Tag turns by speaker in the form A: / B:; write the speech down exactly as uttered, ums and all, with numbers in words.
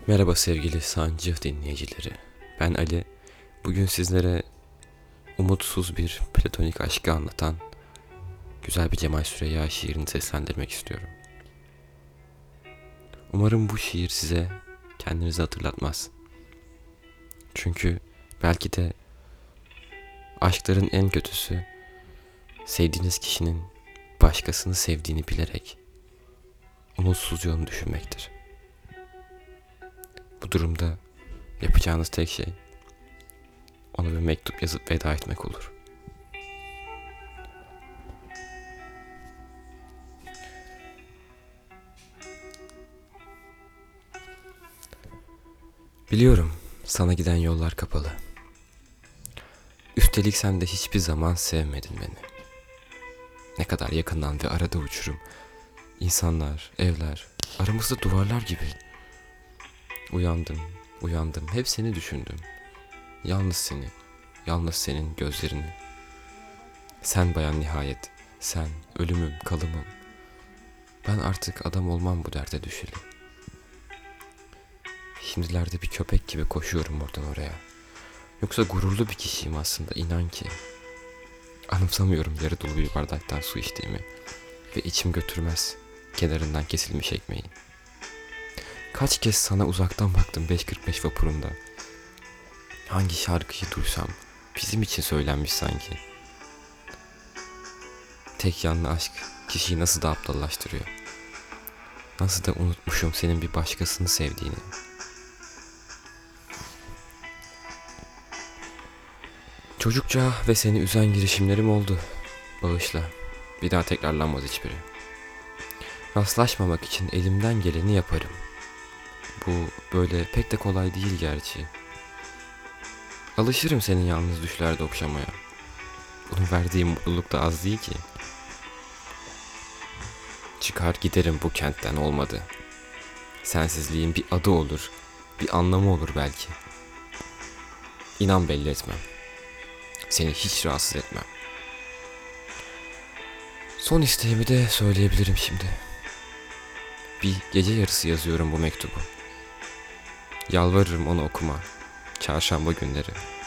A: Merhaba sevgili Sancı dinleyicileri. Ben Ali. Bugün sizlere umutsuz bir platonik aşkı anlatan güzel bir Cemal Süreyya şiirini seslendirmek istiyorum. Umarım bu şiir size kendinizi hatırlatmaz. Çünkü belki de aşkların en kötüsü sevdiğiniz kişinin başkasını sevdiğini bilerek umutsuzluğunu düşünmektir. Bu durumda yapacağınız tek şey ona bir mektup yazıp veda etmek olur. Biliyorum, sana giden yollar kapalı. Üstelik sen de hiçbir zaman sevmedin beni. Ne kadar yakından ve arada uçurum. İnsanlar, evler, aramızda duvarlar gibi. Uyandım, uyandım, hep seni düşündüm. Yalnız seni, yalnız senin gözlerini. Sen bayan nihayet, sen ölümüm, kalımım. Ben artık adam olmam bu derde düşeli. Şimdilerde bir köpek gibi koşuyorum oradan oraya. Yoksa gururlu bir kişiyim aslında, inan ki. Anımsamıyorum yarı dolu bir bardaktan su içtiğimi ve içim götürmez kenarından kesilmiş ekmeği. Kaç kez sana uzaktan baktım beş kırk beş vapurunda. Hangi şarkıyı duysam bizim için söylenmiş sanki. Tek yanlı aşk kişiyi nasıl da aptallaştırıyor. Nasıl da unutmuşum senin bir başkasını sevdiğini. Çocukça ve seni üzen girişimlerim oldu. Bağışla. Bir daha tekrarlanmaz hiçbiri. Rastlaşmamak için elimden geleni yaparım. Bu böyle pek de kolay değil gerçi. Alışırım senin yalnız düşlerde okşamaya. Bunun verdiği mutluluk da az değil ki. Çıkar giderim bu kentten olmadı. Sensizliğin bir adı olur, bir anlamı olur belki. İnan belli etmem. Seni hiç rahatsız etmem. Son isteğimi de söyleyebilirim şimdi. Bir gece yarısı yazıyorum bu mektubu. Yalvarırım onu okuma. Çarşamba günleri.